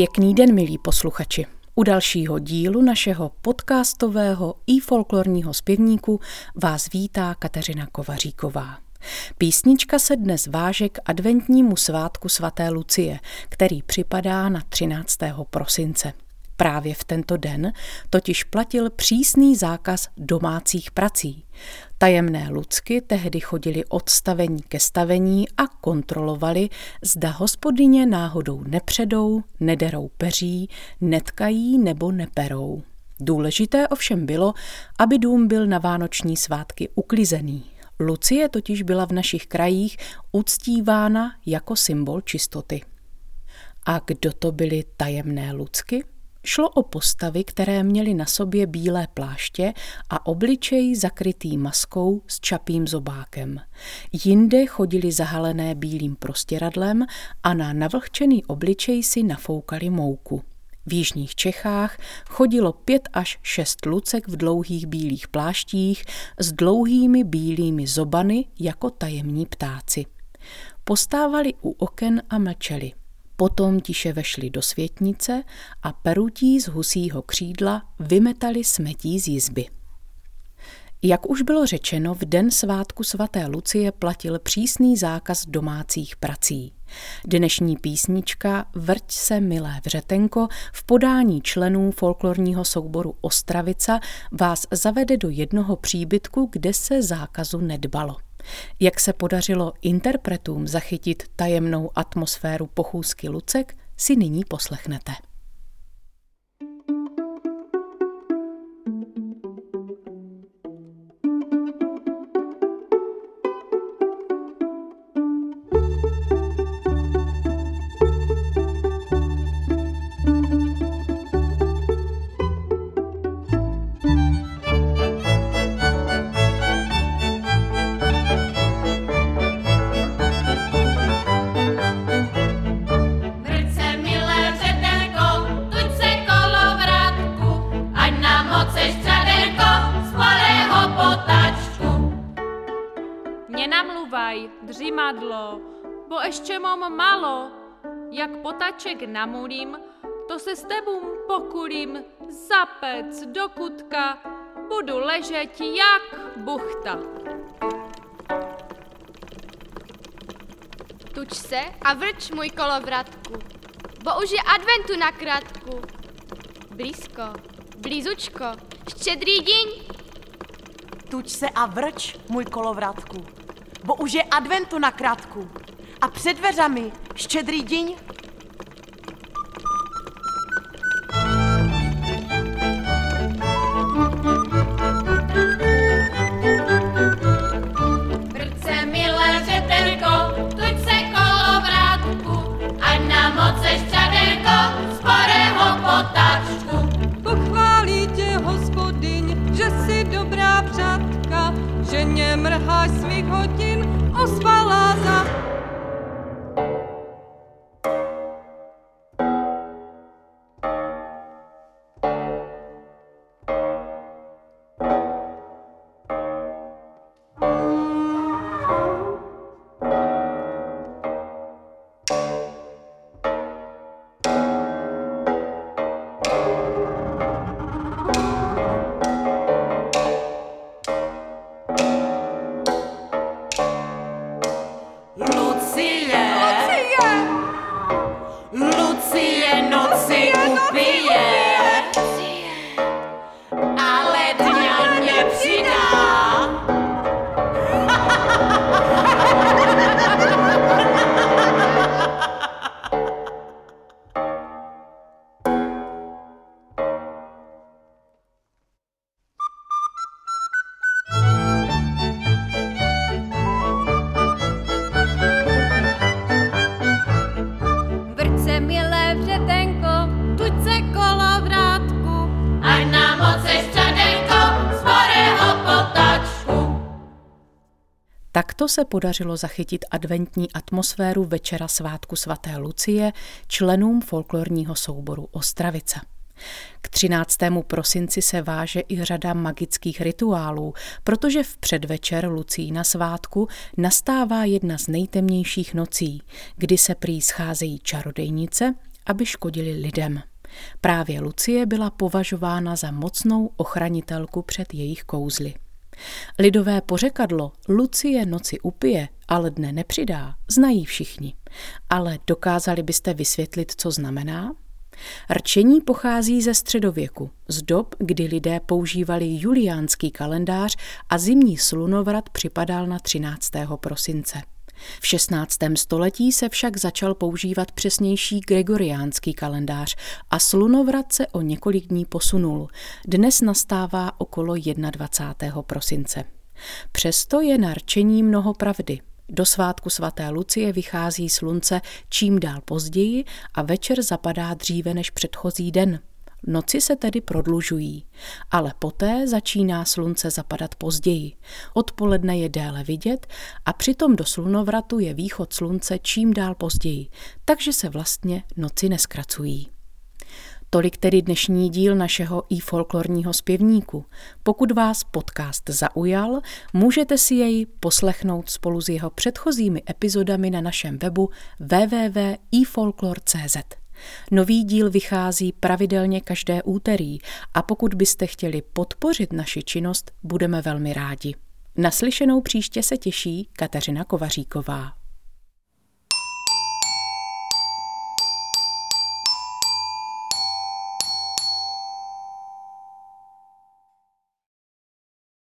Pěkný den, milí posluchači. U dalšího dílu našeho podcastového i folklorního zpěvníku vás vítá Kateřina Kovaříková. Písnička se dnes váže k adventnímu svátku svaté Lucie, který připadá na 13. prosince. Právě v tento den totiž platil přísný zákaz domácích prací. Tajemné lucky tehdy chodili od stavení ke stavení a kontrolovali, zda hospodyně náhodou nepředou, nederou peří, netkají nebo neperou. Důležité ovšem bylo, aby dům byl na vánoční svátky uklizený. Lucie totiž byla v našich krajích uctívána jako symbol čistoty. A kdo to byly tajemné lucky? Šlo o postavy, které měly na sobě bílé pláště a obličej zakrytý maskou s čapím zobákem. Jinde chodili zahalené bílým prostěradlem a na navlhčený obličej si nafoukali mouku. V jižních Čechách chodilo 5 až 6 lucek v dlouhých bílých pláštích s dlouhými bílými zobany jako tajemní ptáci. Postávali u oken a mlčeli. Potom tiše vešli do světnice a perutí z husího křídla vymetali smetí z jizby. Jak už bylo řečeno, v den svátku svaté Lucie platil přísný zákaz domácích prací. Dnešní písnička Vrť se, milé vřetenko v podání členů folklorního souboru Ostravica vás zavede do jednoho příbytku, kde se zákazu nedbalo. Jak se podařilo interpretům zachytit tajemnou atmosféru pochůzky lucek, si nyní poslechnete. Nenamluvaj, dřimadlo, bo ještě mám malo. Jak potaček namulím, to se s tebou pokulím za pec do kutka, budu ležet jak buchta. Tuč se a vrč, můj kolovratku, bo už je adventu na krátku. Blízko, blízučko, štědrý deň. Tuč se a vrč, můj kolovratku, bo už je adventu na krátku a před dveřami štědrý deň. Vrť se, milé vřetenko, tuď se kolovrátku, ať nám moceš čadenko z porého potáčku. Pochválí tě hospodyň, že jsi dobrá přátka, že nemrháš svých hodin, ospalá za... Lucie noci upije, ale dňa nepřidá. Vrť se, milé vřetenko, tuď se kolovrátku, Ať nám moceš čadenko z porého potáčku. Takto se podařilo zachytit adventní atmosféru večera svátku svaté Lucie členům folklorního souboru Ostravica. K 13. prosinci se váže i řada magických rituálů, protože v předvečer Lucína svátku nastává jedna z nejtemnějších nocí, kdy se prý scházejí čarodejnice aby škodili lidem. Právě Lucie byla považována za mocnou ochranitelku před jejich kouzly. Lidové pořekadlo Lucie noci upije, ale dne nepřidá, znají všichni. Ale dokázali byste vysvětlit, co znamená? Rčení pochází ze středověku, z dob, kdy lidé používali juliánský kalendář a zimní slunovrat připadal na 13. prosince. V 16. století se však začal používat přesnější gregoriánský kalendář a slunovrat se o několik dní posunul. Dnes nastává okolo 21. prosince. Přesto je na rčení mnoho pravdy. Do svátku svaté Lucie vychází slunce čím dál později a večer zapadá dříve než předchozí den. Noci se tedy prodlužují, ale poté začíná slunce zapadat později. Odpoledne je déle vidět a přitom do slunovratu je východ slunce čím dál později, takže se vlastně noci nezkracují. Tolik tedy dnešní díl našeho folklorního zpěvníku. Pokud vás podcast zaujal, můžete si jej poslechnout spolu s jeho předchozími epizodami na našem webu www.ifolklor.cz. Nový díl vychází pravidelně každé úterý a pokud byste chtěli podpořit naši činnost, budeme velmi rádi. Naslyšenou příště se těší Kateřina Kovaříková.